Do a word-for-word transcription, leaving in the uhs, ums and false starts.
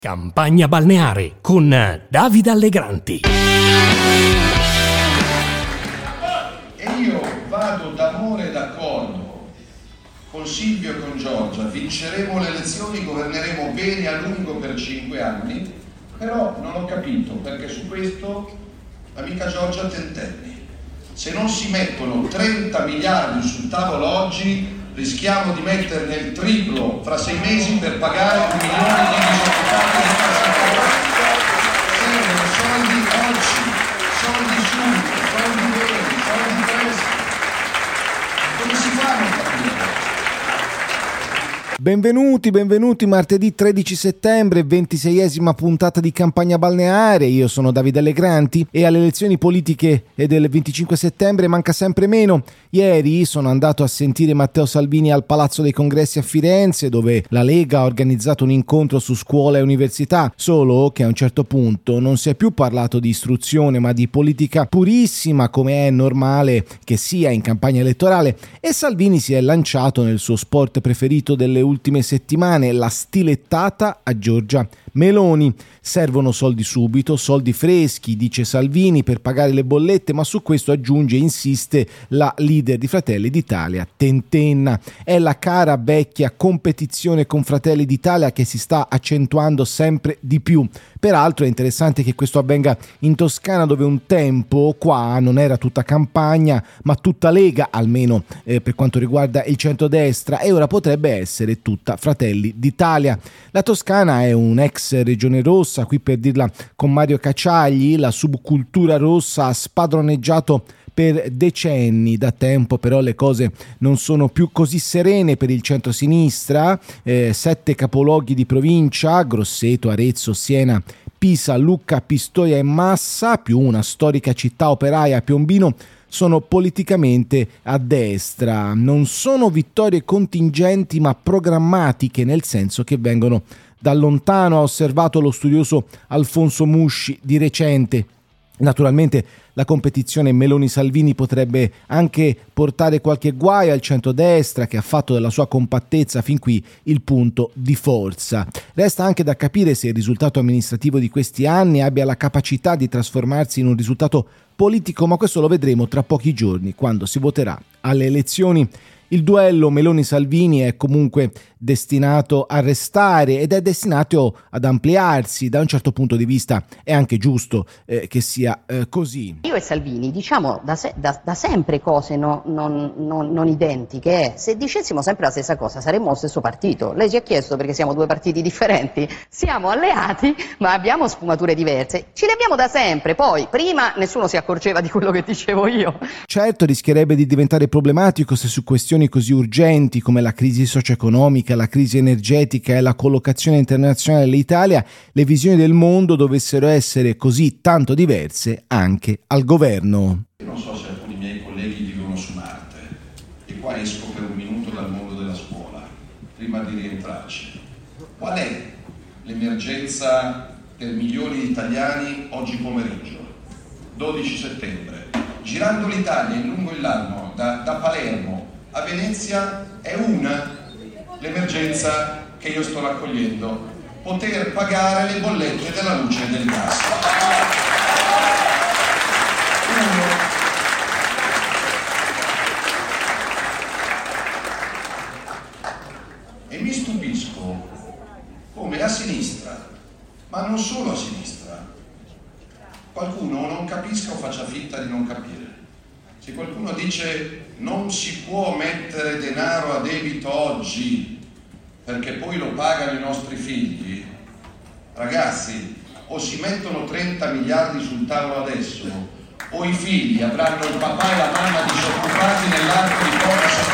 Campagna balneare con Davide Allegranti. E io vado d'amore e d'accordo con Silvio e con Giorgia, vinceremo le elezioni, governeremo bene a lungo per cinque anni, però non ho capito perché su questo l'amica Giorgia tentenni. Se non si mettono trenta miliardi sul tavolo oggi, rischiamo di metterne il triplo fra sei mesi per pagare un milione di disoccupati di cassa integrazione. Servono soldi oggi, soldi subito, soldi veri, soldi presto. Come si fa a non capire? Benvenuti, benvenuti martedì tredici settembre, ventiseiesima puntata di Campagna Balneare. Io sono Davide Allegranti e alle elezioni politiche del venticinque settembre manca sempre meno. Ieri sono andato a sentire Matteo Salvini al Palazzo dei Congressi a Firenze, dove la Lega ha organizzato un incontro su scuola e università, solo che a un certo punto non si è più parlato di istruzione ma di politica purissima, come è normale che sia in campagna elettorale, e Salvini si è lanciato nel suo sport preferito delle ultime settimane, la stilettata a Giorgia Meloni. Servono soldi subito, soldi freschi, dice Salvini, per pagare le bollette, ma su questo aggiunge e insiste la leader di Fratelli d'Italia, tentenna. È la cara vecchia competizione con Fratelli d'Italia che si sta accentuando sempre di più. Peraltro è interessante che questo avvenga in Toscana, dove un tempo qua non era tutta campagna ma tutta Lega, almeno eh, per quanto riguarda il centrodestra, e ora potrebbe essere tutta Fratelli d'Italia. La Toscana è un ex regione rossa, qui per dirla con Mario Cacciagli, la subcultura rossa ha spadroneggiato per decenni. Da tempo però le cose non sono più così serene per il centro-sinistra. Eh, sette capoluoghi di provincia, Grosseto, Arezzo, Siena, Pisa, Lucca, Pistoia e Massa, più una storica città operaia, Piombino, sono politicamente a destra. Non sono vittorie contingenti ma programmatiche, nel senso che vengono da lontano, ha osservato lo studioso Alfonso Musci di recente. Naturalmente la competizione Meloni-Salvini potrebbe anche portare qualche guaio al centrodestra, che ha fatto della sua compattezza fin qui il punto di forza. Resta anche da capire se il risultato amministrativo di questi anni abbia la capacità di trasformarsi in un risultato politico, ma questo lo vedremo tra pochi giorni, quando si voterà alle elezioni. Il duello Meloni-Salvini è comunque destinato a restare ed è destinato ad ampliarsi. Da un certo punto di vista è anche giusto eh, che sia eh, così. Io e Salvini diciamo da, se, da, da sempre cose no, non, non, non identiche. Se dicessimo sempre la stessa cosa saremmo lo stesso partito. Lei ci ha chiesto perché siamo due partiti differenti. Siamo alleati ma abbiamo sfumature diverse. Ce le abbiamo da sempre. Poi prima nessuno si accorgeva di quello che dicevo io. Certo, rischierebbe di diventare problematico se su questioni così urgenti come la crisi socio-economica, la crisi energetica e la collocazione internazionale dell'Italia, le visioni del mondo dovessero essere così tanto diverse anche al governo. Io non so se alcuni miei colleghi vivono su Marte, e qua esco per un minuto dal mondo della scuola, prima di rientrarci. Qual è l'emergenza per milioni di italiani oggi pomeriggio, dodici settembre? Girando l'Italia in lungo e in largo, da, da Palermo a Venezia, è una l'emergenza che io sto raccogliendo: poter pagare le bollette della luce e del gas. Uno. E mi stupisco come a sinistra, ma non solo a sinistra, qualcuno non capisca o faccia finta di non capire. Se qualcuno dice non si può mettere denaro a debito oggi perché poi lo pagano i nostri figli, ragazzi, o si mettono trenta miliardi sul tavolo adesso o i figli avranno il papà e la mamma disoccupati nell'arco di poche settimane.